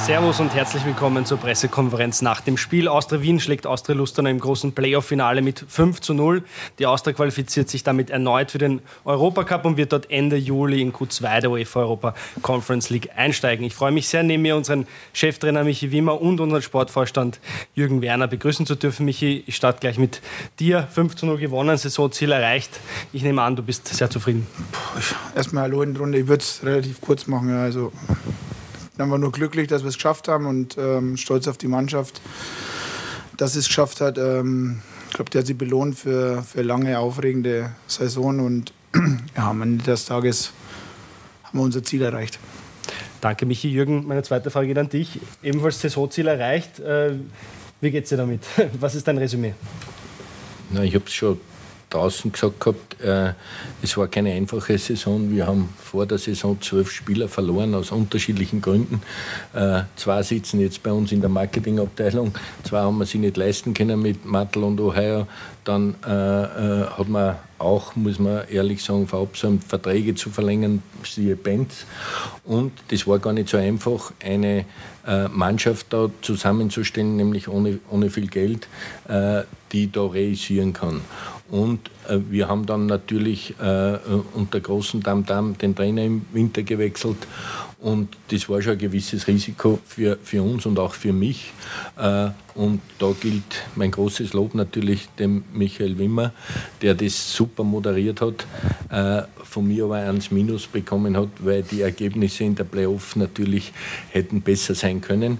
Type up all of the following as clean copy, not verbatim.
Servus und herzlich willkommen zur Pressekonferenz nach dem Spiel. Austria Wien schlägt Austria Lustenau im großen Playoff-Finale mit 5:0. Die Austria qualifiziert sich damit erneut für den Europacup und wird dort Ende Juli in Q2 der UEFA Europa Conference League einsteigen. Ich freue mich sehr, neben mir unseren Cheftrainer Michi Wimmer und unseren Sportvorstand Jürgen Werner begrüßen zu dürfen. Michi, ich starte gleich mit dir. 5:0 gewonnen, Saisonziel erreicht. Ich nehme an, du bist sehr zufrieden. Erstmal hallo in die Runde. Ich würde es relativ kurz machen. Ja. Also dann waren wir nur glücklich, dass wir es geschafft haben und stolz auf die Mannschaft, dass sie es geschafft hat. Ich glaube, die hat sich belohnt für lange, aufregende Saison und ja, am Ende des Tages haben wir unser Ziel erreicht. Danke, Michi. Jürgen, meine zweite Frage geht an dich. Ebenfalls Saisonziel erreicht. Wie geht es dir damit? Was ist dein Resümee? Na, ich habe es schon draußen gesagt gehabt, es war keine einfache Saison. Wir haben vor der Saison 12 Spieler verloren aus unterschiedlichen Gründen. 2 sitzen jetzt bei uns in der Marketingabteilung, 2 haben wir sich nicht leisten können mit Mattel und Ohio. Dann hat man auch, muss man ehrlich sagen, verabsäumt, Verträge zu verlängern, siehe Benz. Und das war gar nicht so einfach, eine Mannschaft da zusammenzustellen, nämlich ohne viel Geld, die da realisieren kann. Und wir haben dann natürlich unter großem Tamtam den Trainer im Winter gewechselt. Und das war schon ein gewisses Risiko für uns und auch für mich. Und da gilt mein großes Lob natürlich dem Michael Wimmer, der das super moderiert hat, von mir aber eins Minus bekommen hat, weil die Ergebnisse in der Playoff natürlich hätten besser sein können.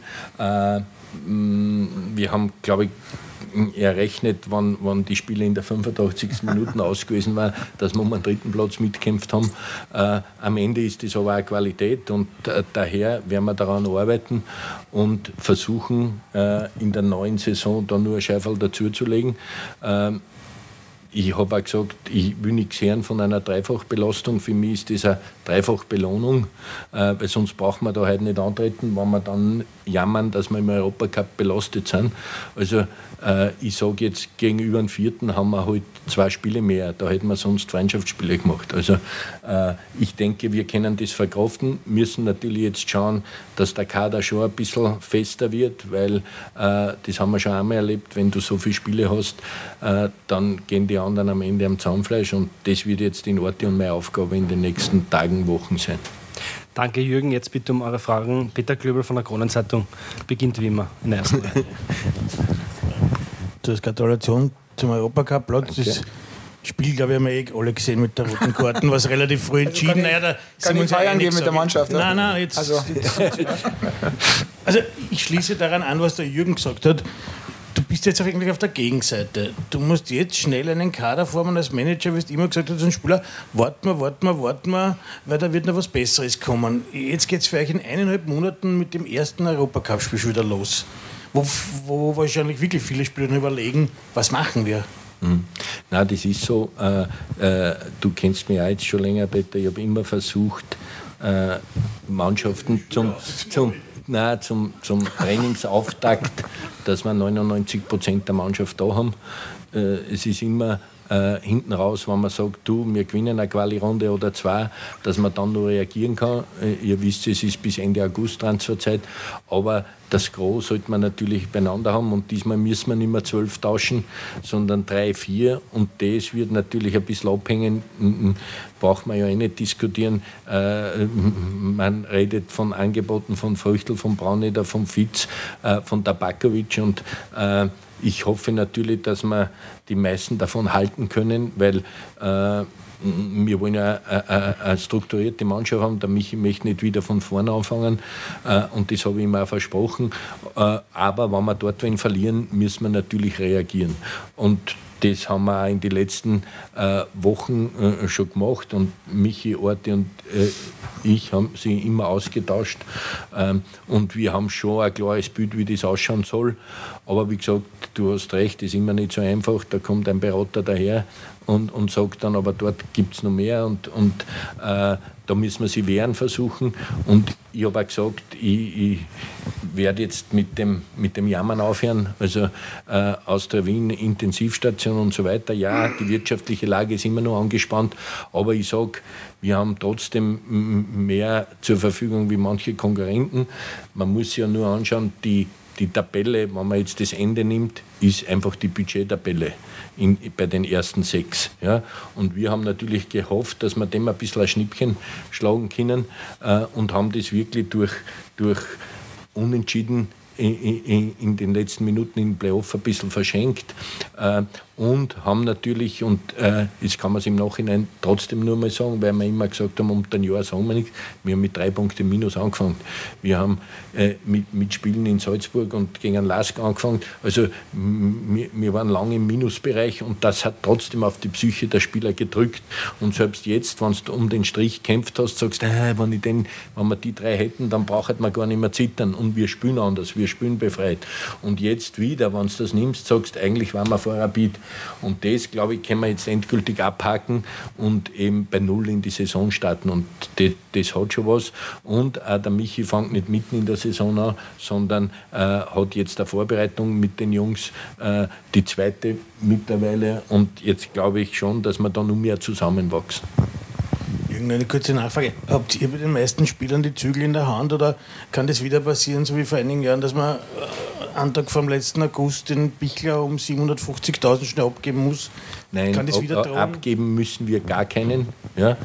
Wir haben, glaube ich, errechnet, wann die Spiele in der 85. Minute aus gewesen waren, dass wir um den 3. Platz mitgekämpft haben. Am Ende ist das aber auch Qualität und daher werden wir daran arbeiten und versuchen, in der neuen Saison da nur ein Scheiferl dazuzulegen. Ich habe auch gesagt, ich will nichts hören von einer Dreifachbelastung. Für mich ist das eine Dreifachbelohnung, weil sonst brauchen wir da heute nicht antreten, wenn wir dann jammern, dass wir im Europacup belastet sind. Also ich sage jetzt, gegenüber dem 4. haben wir halt 2 Spiele mehr. Da hätten wir sonst Freundschaftsspiele gemacht. Also ich denke, wir können das verkraften, müssen natürlich jetzt schauen, dass der Kader schon ein bisschen fester wird, weil das haben wir schon einmal erlebt, wenn du so viele Spiele hast, dann gehen die anderen am Ende am Zahnfleisch und das wird jetzt in Orte und meine Aufgabe in den nächsten Tagen, Wochen sein. Danke, Jürgen. Jetzt bitte um eure Fragen. Peter Klöbel von der Kronenzeitung beginnt wie immer in der ersten Reihe. Zuerst Gratulation zum Europacup-Platz. Okay. Das Spiel, glaube ich, haben wir alle gesehen mit der roten Karten, was relativ früh entschieden. Kann ich feiern gehen mit der Mannschaft? Nein, jetzt. Also ich schließe daran an, was der Jürgen gesagt hat. Du bist jetzt auch eigentlich auf der Gegenseite. Du musst jetzt schnell einen Kader formen als Manager, wie du immer gesagt hast, als Spieler, warten wir, weil da wird noch was Besseres kommen. Jetzt geht es für euch in 1,5 Monaten mit dem ersten Europacup-Spiel schon wieder los. Wo wahrscheinlich wirklich viele Spieler überlegen, was machen wir? Nein, das ist so. Du kennst mich auch jetzt schon länger, Peter. Ich habe immer versucht, Mannschaften zum Trainingsauftakt, dass wir 99% der Mannschaft da haben. Es ist immer hinten raus, wenn man sagt, wir gewinnen eine Quali-Runde oder 2, dass man dann noch reagieren kann. Ihr wisst, es ist bis Ende August Transferzeit, aber das Gros sollte man natürlich beieinander haben und diesmal müssen wir nicht mehr 12 tauschen, sondern 3, 4 und das wird natürlich ein bisschen abhängen, braucht man ja nicht diskutieren. Man redet von Angeboten von Früchtl, von Brauneder, von Fitz, von Tabakovic und ich hoffe natürlich, dass wir die meisten davon halten können, weil wir wollen ja eine strukturierte Mannschaft haben. Der Michi möchte nicht wieder von vorne anfangen und das habe ich ihm auch versprochen. Aber wenn wir dort verlieren, müssen wir natürlich reagieren. Und das haben wir auch in den letzten Wochen schon gemacht und Michi, Orte und ich haben sie immer ausgetauscht und wir haben schon ein klares Bild, wie das ausschauen soll. Aber wie gesagt, du hast recht, das ist immer nicht so einfach. Da kommt ein Berater daher und sagt dann, aber dort gibt es noch mehr und da müssen wir sie wehren versuchen. Und ich habe auch gesagt, ich werde jetzt mit dem Jammern aufhören. Also Austria Wien, Intensivstation und so weiter. Ja, die wirtschaftliche Lage ist immer noch angespannt, aber ich sage, wir haben trotzdem mehr zur Verfügung wie manche Konkurrenten. Man muss sich ja nur anschauen, die Tabelle, wenn man jetzt das Ende nimmt, ist einfach die Budgettabelle bei den ersten 6. Ja? Und wir haben natürlich gehofft, dass wir dem ein bisschen ein Schnippchen schlagen können und haben das wirklich durch Unentschieden in den letzten Minuten im Playoff ein bisschen verschenkt und haben natürlich, und jetzt kann man es im Nachhinein trotzdem nur mal sagen, weil wir immer gesagt haben, unter ein Jahr sagen wir nichts, wir haben mit 3 Punkten Minus angefangen. Wir haben mit Spielen in Salzburg und gegen einen LASK angefangen. Also wir waren lange im Minusbereich und das hat trotzdem auf die Psyche der Spieler gedrückt. Und selbst jetzt, wenn du um den Strich gekämpft hast, sagst du, wenn wir die 3 hätten, dann braucht man gar nicht mehr zittern. Und wir spielen anders, wir spielen befreit. Und jetzt wieder, wenn du das nimmst, sagst du, eigentlich waren wir vor Rapid. Und das, glaube ich, können wir jetzt endgültig abhaken und eben bei 0 in die Saison starten. Und das hat schon was. Und auch der Michi fängt nicht mitten in der Saison an, sondern hat jetzt eine Vorbereitung mit den Jungs, die zweite mittlerweile. Und jetzt glaube ich schon, dass wir da noch mehr zusammenwachsen. Eine kurze Nachfrage. Habt ihr bei den meisten Spielern die Zügel in der Hand oder kann das wieder passieren, so wie vor einigen Jahren, dass man am Tag vom letzten August den Bichler um 750.000 schnell abgeben muss? Nein, kann das wieder drohen? Abgeben müssen wir gar keinen. Ja?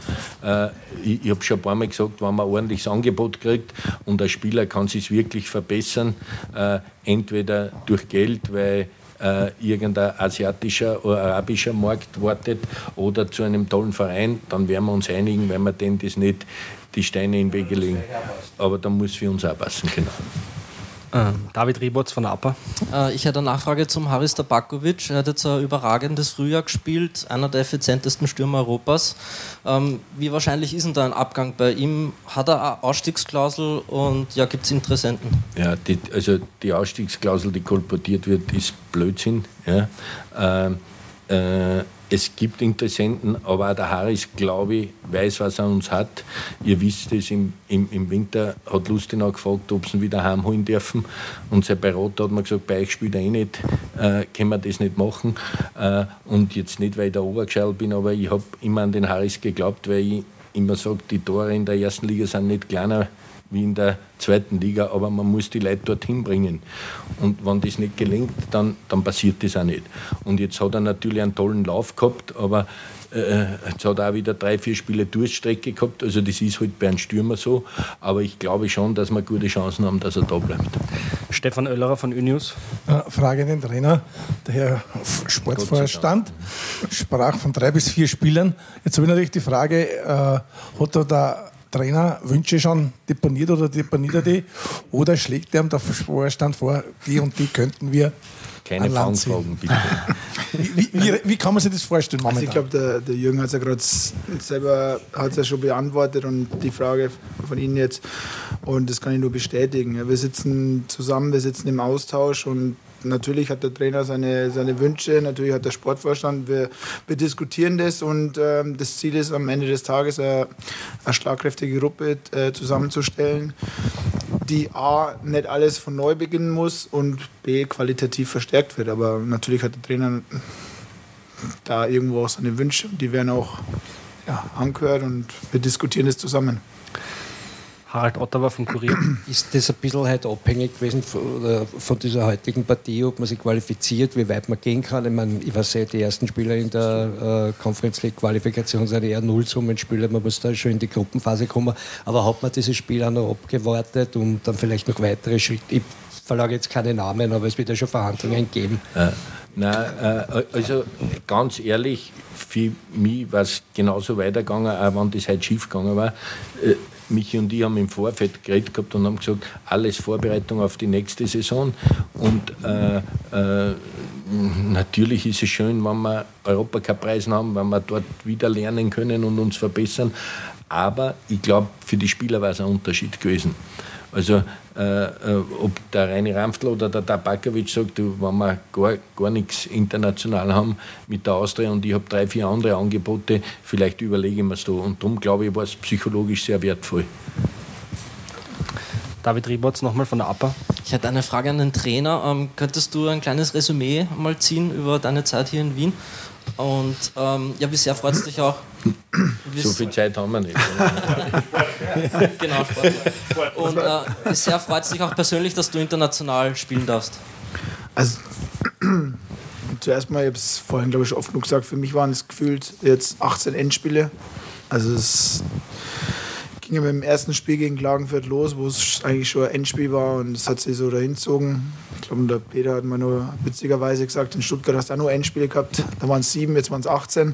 Ich habe schon ein paar Mal gesagt, wenn man ein ordentliches Angebot kriegt und ein Spieler kann sich wirklich verbessern, entweder durch Geld, weil irgendein asiatischer oder arabischer Markt wartet oder zu einem tollen Verein, dann werden wir uns einigen, weil wir denen das nicht die Steine in den Weg legen. Aber dann muss für uns auch passen, genau. David Riebotz von APA. Ich hätte eine Nachfrage zum Haris Tabakovic. Er hat jetzt ein überragendes Frühjahr gespielt, einer der effizientesten Stürmer Europas. Wie wahrscheinlich ist denn da ein Abgang bei ihm? Hat er eine Ausstiegsklausel und ja, gibt es Interessenten? Ja, die Ausstiegsklausel, die kolportiert wird, ist Blödsinn. Ja. Es gibt Interessenten, aber auch der Haris, glaube ich, weiß, was er an uns hat. Ihr wisst es, im Winter hat Lustenau gefragt, ob sie ihn wieder heimholen dürfen. Und sein Berater hat mir gesagt, bei euch spielt er nicht, können wir das nicht machen. Und jetzt nicht, weil ich der Obergeschall bin, aber ich habe immer an den Haris geglaubt, weil ich immer sage, die Tore in der ersten Liga sind nicht kleiner wie in der zweiten Liga, aber man muss die Leute dorthin bringen. Und wenn das nicht gelingt, dann passiert das auch nicht. Und jetzt hat er natürlich einen tollen Lauf gehabt, aber jetzt hat er auch wieder 3-4 Spiele Durchstrecke gehabt, also das ist halt bei einem Stürmer so, aber ich glaube schon, dass wir gute Chancen haben, dass er da bleibt. Stefan Oellerer von ÖNews. Frage an den Trainer. Der Herr Sportvorstand sprach von 3 bis 4 Spielern. Jetzt habe ich natürlich die Frage, hat da der Trainer Wünsche schon deponiert oder deponiert er die? Oder schlägt ihm der Vorstand vor, die und die könnten wir keine Fangfragen, bitte. Wie kann man sich das vorstellen momentan? Also ich glaube, der Jürgen hat es ja gerade selber schon beantwortet und die Frage von Ihnen jetzt, und das kann ich nur bestätigen. Wir sitzen zusammen, wir sitzen im Austausch und natürlich hat der Trainer seine Wünsche, natürlich hat der Sportvorstand, wir diskutieren das und das Ziel ist am Ende des Tages eine schlagkräftige Gruppe zusammenzustellen, die A, nicht alles von neu beginnen muss und B, qualitativ verstärkt wird. Aber natürlich hat der Trainer da irgendwo auch seine Wünsche und die werden auch angehört und wir diskutieren das zusammen. Harald Ottawa vom Kurier. Ist das ein bisschen halt abhängig gewesen von dieser heutigen Partie, ob man sich qualifiziert, wie weit man gehen kann? Ich meine, ich weiß ja, die ersten Spieler in der Conference League Qualifikation sind eher Nullsummenspieler, man muss da schon in die Gruppenphase kommen. Aber hat man dieses Spiel auch noch abgewartet und dann vielleicht noch weitere Schritte? Ich verlage jetzt keine Namen, aber es wird ja schon Verhandlungen geben. Nein, also ganz ehrlich, für mich war es genauso weitergegangen, auch wenn das heute schief gegangen war. Michi und ich haben im Vorfeld geredet gehabt und haben gesagt, alles Vorbereitung auf die nächste Saison. Und natürlich ist es schön, wenn wir Europacup-Preisen haben, wenn wir dort wieder lernen können und uns verbessern. Aber ich glaube, für die Spieler war es ein Unterschied gewesen. Also ob der Reini Ramftl oder der Tabakovic sagt, wenn wir gar nichts international haben mit der Austria und ich habe 3-4 andere Angebote, vielleicht überlege ich mir es da. Und darum glaube ich, war es psychologisch sehr wertvoll. David Ribotz nochmal von der APA. Ich hätte eine Frage an den Trainer. Könntest du ein kleines Resümee mal ziehen über deine Zeit hier in Wien? Und wie sehr freut es dich auch? So viel Zeit haben wir nicht. Genau, Sport. Und wie sehr freut es dich auch persönlich, dass du international spielen darfst? Also, zuerst mal, ich habe es vorhin, glaube ich, oft genug gesagt, für mich waren es gefühlt jetzt 18 Endspiele. Also es ging ja mit dem ersten Spiel gegen Klagenfurt los, wo es eigentlich schon ein Endspiel war und es hat sich so dahin gezogen. Ich glaube, der Peter hat mir nur witzigerweise gesagt, in Stuttgart hast du auch nur Endspiele gehabt. Da waren es 7, jetzt waren es 18.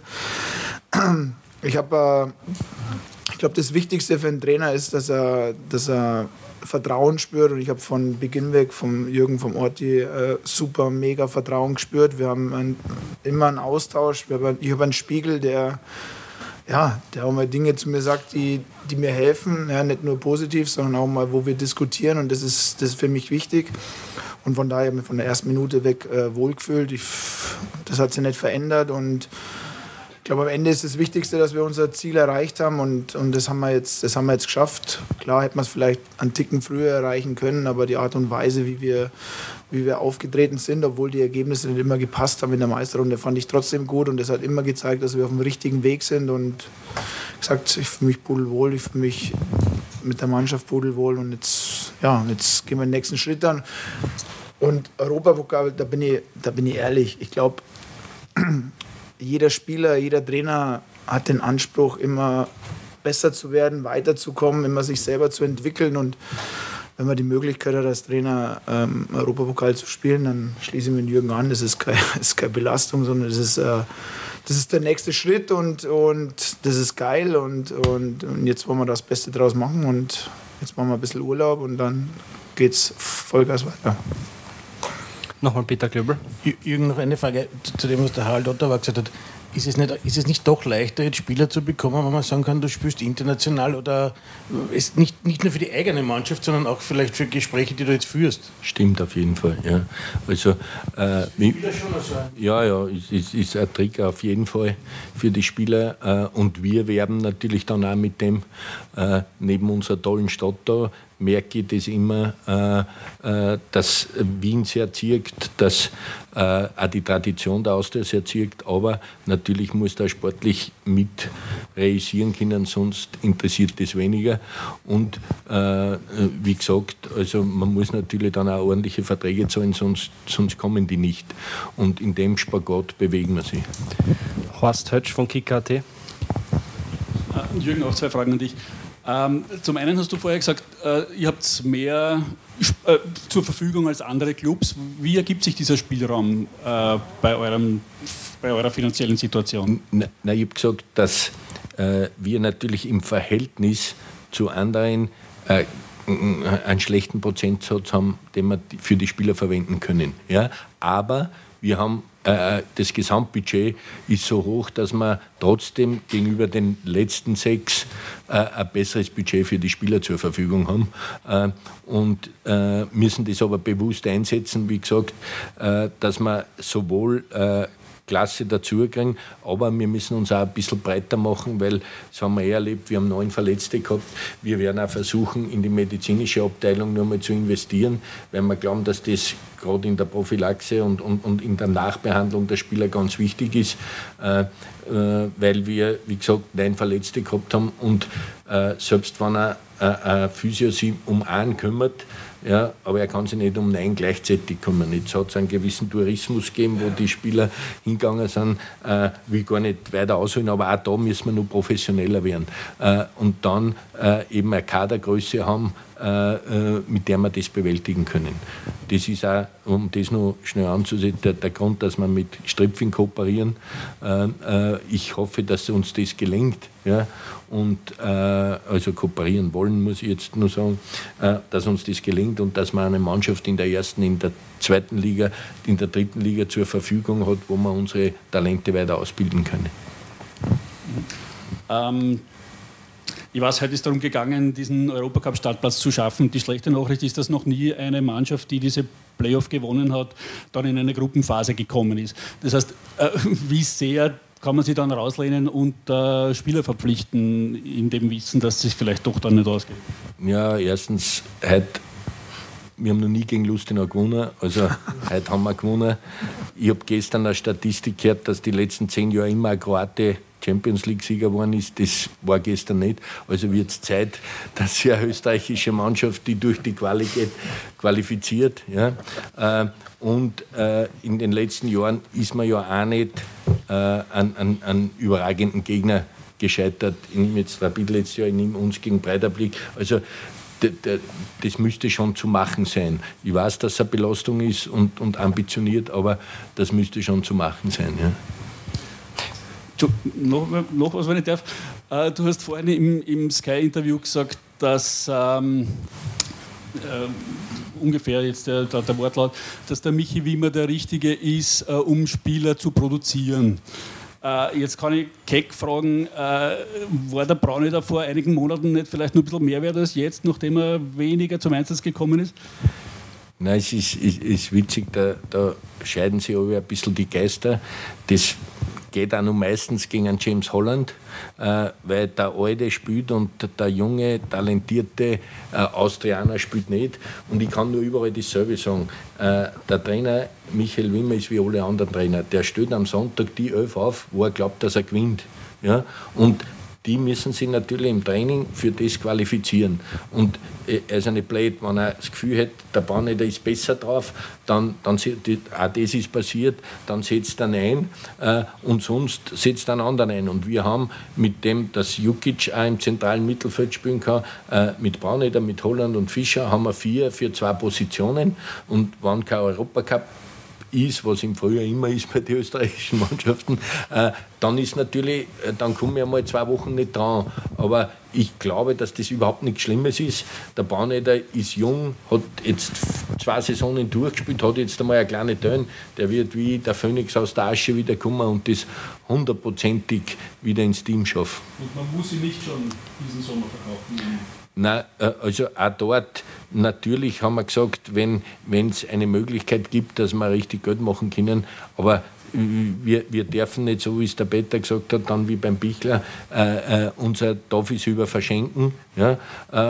Ich glaube, das Wichtigste für einen Trainer ist, dass er Vertrauen spürt. Und ich habe von Beginn weg vom Jürgen, vom Orti super, mega Vertrauen gespürt. Wir haben immer einen Austausch. Ich habe einen Spiegel, der auch mal Dinge zu mir sagt, die mir helfen. Ja, nicht nur positiv, sondern auch mal, wo wir diskutieren. Und das ist für mich wichtig. Und von daher habe ich mich von der ersten Minute weg wohlgefühlt. Das hat sich nicht verändert. Und ich glaube, am Ende ist das Wichtigste, dass wir unser Ziel erreicht haben. Und das haben wir jetzt geschafft. Klar hätten wir es vielleicht einen Ticken früher erreichen können, aber die Art und Weise, wie wir aufgetreten sind, obwohl die Ergebnisse nicht immer gepasst haben in der Meisterrunde, fand ich trotzdem gut. Und das hat immer gezeigt, dass wir auf dem richtigen Weg sind. Und gesagt, ich fühle mich pudelwohl, ich fühle mich mit der Mannschaft pudelwohl. Und jetzt gehen wir den nächsten Schritt an. Und Europapokal, da bin ich ehrlich. Ich glaube, jeder Spieler, jeder Trainer hat den Anspruch, immer besser zu werden, weiterzukommen, immer sich selber zu entwickeln. Und wenn man die Möglichkeit hat, als Trainer Europapokal zu spielen, dann schließe ich mich mit Jürgen an. Das ist keine Belastung, sondern das ist der nächste Schritt und das ist geil. Und jetzt wollen wir das Beste draus machen und jetzt machen wir ein bisschen Urlaub und dann geht's Vollgas weiter. Nochmal Peter Klöbel. Jürgen, noch eine Frage zu dem, was der Harald Ottawa gesagt hat. Ist es nicht doch leichter, jetzt Spieler zu bekommen, wenn man sagen kann, du spielst international oder ist nicht nur für die eigene Mannschaft, sondern auch vielleicht für Gespräche, die du jetzt führst? Stimmt auf jeden Fall, ja. Also, ist ein Trick auf jeden Fall für die Spieler und wir werben natürlich dann auch mit dem, neben unserer tollen Stadt da, merke ich das immer, dass Wien sehr zirkt, dass auch die Tradition der Austria sehr zirkt, aber natürlich muss da sportlich mit realisieren können, sonst interessiert das weniger. Und wie gesagt, also man muss natürlich dann auch ordentliche Verträge zahlen, sonst kommen die nicht. Und in dem Spagat bewegen wir sie. Horst Hötsch von Kicker.at. Jürgen, auch zwei Fragen an dich. Zum einen hast du vorher gesagt, ihr habt mehr zur Verfügung als andere Clubs. Wie ergibt sich dieser Spielraum bei eurer finanziellen Situation? Ich habe gesagt, dass wir natürlich im Verhältnis zu anderen einen schlechten Prozentsatz haben, den wir für die Spieler verwenden können. Ja? Aber wir haben das Gesamtbudget ist so hoch, dass wir trotzdem gegenüber den letzten 6 ein besseres Budget für die Spieler zur Verfügung haben und müssen das aber bewusst einsetzen, wie gesagt, dass wir sowohl Klasse dazu kriegen, aber wir müssen uns auch ein bisschen breiter machen, weil, das haben wir erlebt, wir haben 9 Verletzte gehabt. Wir werden auch versuchen, in die medizinische Abteilung nur mal zu investieren, weil wir glauben, dass das gerade in der Prophylaxe und in der Nachbehandlung der Spieler ganz wichtig ist, weil wir, wie gesagt, 9 Verletzte gehabt haben und selbst wenn ein Physio sich um einen kümmert, ja, aber er kann sich nicht um 9 gleichzeitig kümmern. Jetzt hat es einen gewissen Tourismus gegeben, wo die Spieler hingegangen sind, will gar nicht weiter ausholen, aber auch da müssen wir noch professioneller werden. Und dann eben eine Kadergröße haben, mit der wir das bewältigen können. Das ist auch, um das noch schnell anzusehen, der Grund, dass wir mit Stripfing kooperieren. Ich hoffe, dass uns das gelingt. Ja? Und also kooperieren wollen, muss ich jetzt nur sagen, dass uns das gelingt und dass man eine Mannschaft in der ersten, in der zweiten Liga, in der dritten Liga zur Verfügung hat, wo wir unsere Talente weiter ausbilden können. Ich weiß, heute ist darum gegangen, diesen Europacup-Startplatz zu schaffen. Die schlechte Nachricht ist, dass noch nie eine Mannschaft, die diese Playoff gewonnen hat, dann in eine Gruppenphase gekommen ist. Das heißt, wie sehr kann man sich dann rauslehnen und Spieler verpflichten, in dem Wissen, dass es vielleicht doch dann nicht ausgeht? Ja, erstens, wir haben noch nie gegen Lustenau gewonnen, also heute haben wir gewonnen. Ich habe gestern eine Statistik gehört, dass die letzten 10 Jahre immer ein Kroate Champions League-Sieger geworden ist. Das war gestern nicht. Also wird es Zeit, dass sich eine österreichische Mannschaft, die durch die Quali geht, qualifiziert. Ja. Und in den letzten Jahren ist man ja auch nicht an überragenden Gegner gescheitert. Ich nehme jetzt Rapid letztes Jahr, ich nehme uns gegen Breidablik. Also das müsste schon zu machen sein. Ich weiß, dass es eine Belastung ist und ambitioniert, aber das müsste schon zu machen sein. Ja. Noch was, wenn ich darf. Du hast vorhin im Sky-Interview gesagt, dass ungefähr jetzt der Wortlaut, dass der Michi Wimmer der Richtige ist, um Spieler zu produzieren. Jetzt kann ich keck fragen, war der Braune da vor einigen Monaten nicht vielleicht noch ein bisschen mehr wert als jetzt, nachdem er weniger zum Einsatz gekommen ist? Nein, es ist witzig, da scheiden sich aber ein bisschen die Geister. Das geht auch noch meistens gegen einen James Holland, weil der Alte spielt und der junge, talentierte Austrianer spielt nicht. Und ich kann nur überall dasselbe sagen. Der Trainer Michael Wimmer ist wie alle anderen Trainer. Der stellt am Sonntag die 11 auf, wo er glaubt, dass er gewinnt. Ja? Und die müssen sich natürlich im Training für das qualifizieren. Und er ist ja nicht blöd, wenn er das Gefühl hat, der Braune ist besser drauf, dann auch das ist passiert, dann setzt er ihn ein und sonst setzt er einen anderen ein. Und wir haben mit dem, dass Jukic auch im zentralen Mittelfeld spielen kann, mit Brauneder, mit Holland und Fischer, haben wir 4 für 2 Positionen. Und wenn kein Europacup ist, was im Frühjahr immer ist bei den österreichischen Mannschaften, dann ist natürlich, dann kommen wir mal 2 Wochen nicht dran. Aber ich glaube, dass das überhaupt nichts Schlimmes ist. Der Brauneder ist jung, hat jetzt 2 Saisonen durchgespielt, hat jetzt einmal eine kleine Tön. Der wird wie der Phönix aus der Asche wiederkommen und das 100%ig wieder ins Team schaffen. Und man muss sie nicht schon diesen Sommer verkaufen? Nein, also auch dort, natürlich haben wir gesagt, wenn es eine Möglichkeit gibt, dass wir richtig Geld machen können, aber wir dürfen nicht, so wie es der Peter gesagt hat, dann wie beim Bichler, unser Toffees über verschenken. Ja?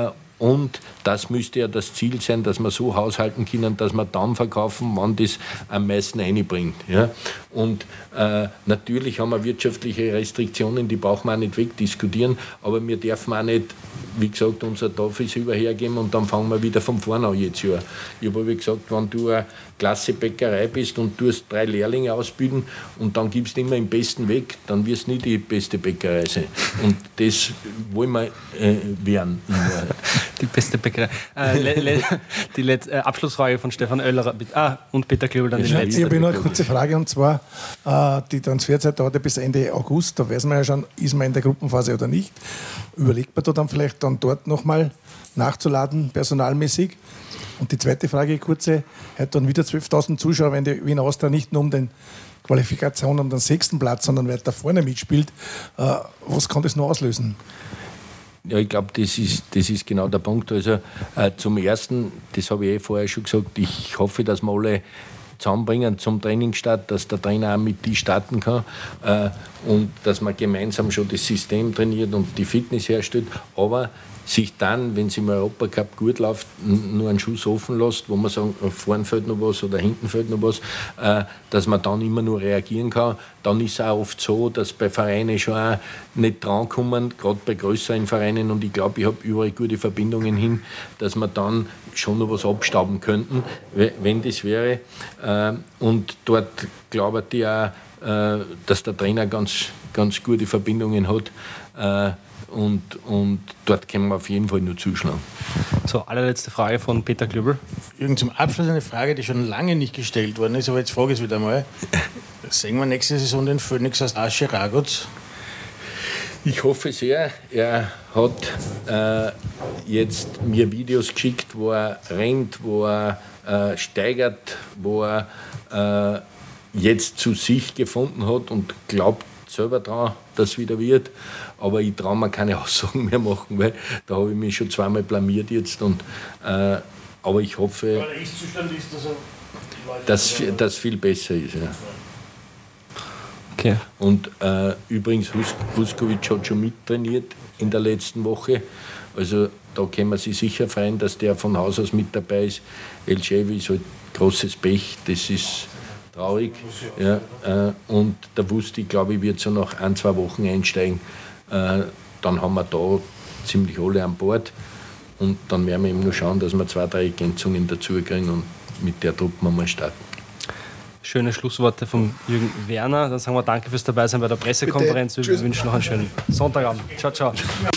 Und das müsste ja das Ziel sein, dass wir so haushalten können, dass wir dann verkaufen, wann das am meisten einbringt. Ja? Und natürlich haben wir wirtschaftliche Restriktionen, die brauchen wir auch nicht wegdiskutieren, aber wir dürfen auch nicht, wie gesagt, unser Toffees überhergeben und dann fangen wir wieder von vorne an jedes Jahr. Ich habe gesagt, wenn du eine klasse Bäckerei bist und du hast 3 Lehrlinge ausbilden und dann gibst du immer im besten weg, dann wirst du nie die beste Bäckerei sein. Und das wollen wir werden. Die beste Bäckerei. Die letzte Abschlussfrage von Stefan Oeller und Peter Klöbel dann die letzte. Ich habe noch eine kurze Frage, und zwar die Transferzeit dauert ja bis Ende August, da weiß man ja schon, ist man in der Gruppenphase oder nicht. Überlegt man da dann vielleicht dann dort nochmal nachzuladen, personalmäßig? Und die zweite Frage, kurze, hat dann wieder 12.000 Zuschauer, wenn die Wien Austria nicht nur um den Qualifikation um den 6. Platz, sondern weiter vorne mitspielt. Was kann das noch auslösen? Ja, ich glaube, das ist genau der Punkt. Also zum Ersten, das habe ich vorher schon gesagt, ich hoffe, dass wir alle zusammenbringen zum Trainingsstart, dass der Trainer auch mit die starten kann und dass man gemeinsam schon das System trainiert und die Fitness herstellt, aber sich dann, wenn es im Europacup gut läuft, nur einen Schuss offen lässt, wo man sagen, vorne fällt noch was oder hinten fällt noch was, dass man dann immer nur reagieren kann. Dann ist es auch oft so, dass bei Vereinen schon auch nicht drankommen, gerade bei größeren Vereinen, und ich glaube, ich habe überall gute Verbindungen hin, dass wir dann schon noch was abstauben könnten, wenn das wäre. Und dort glaube ich auch, dass der Trainer ganz, ganz gute Verbindungen hat. Und dort können wir auf jeden Fall nur zuschlagen. So, allerletzte Frage von Peter Klöbel. Jürgen, zum Abschluss eine Frage, die schon lange nicht gestellt worden ist, aber jetzt frage ich es wieder mal. Sehen wir nächste Saison den Phönix aus Asche Raguz? Ich hoffe sehr. Er hat jetzt mir Videos geschickt, wo er rennt, wo er steigert, wo er jetzt zu sich gefunden hat und glaubt selber dran, dass es wieder wird. Aber ich traue mir keine Aussagen mehr machen, weil da habe ich mich schon 2-mal blamiert jetzt. Und, aber ich hoffe, der Ist-Zustand ist, dass das viel besser ist. Ja. Okay. Und übrigens, Vuskovic hat schon mittrainiert in der letzten Woche. Also da können wir sich sicher freuen, dass der von Haus aus mit dabei ist. El Chevy ist halt großes Pech, das ist traurig. Ja, und der Wusti, glaube ich, wird so nach 1-2 Wochen einsteigen. Dann haben wir da ziemlich alle an Bord. Und dann werden wir eben nur schauen, dass wir 2-3 Ergänzungen dazu kriegen und mit der Truppe wir mal starten. Schöne Schlussworte von Jürgen Werner. Dann sagen wir danke fürs Dabeisein bei der Pressekonferenz. Wir wünschen noch einen schönen Sonntagabend. Ciao, ciao.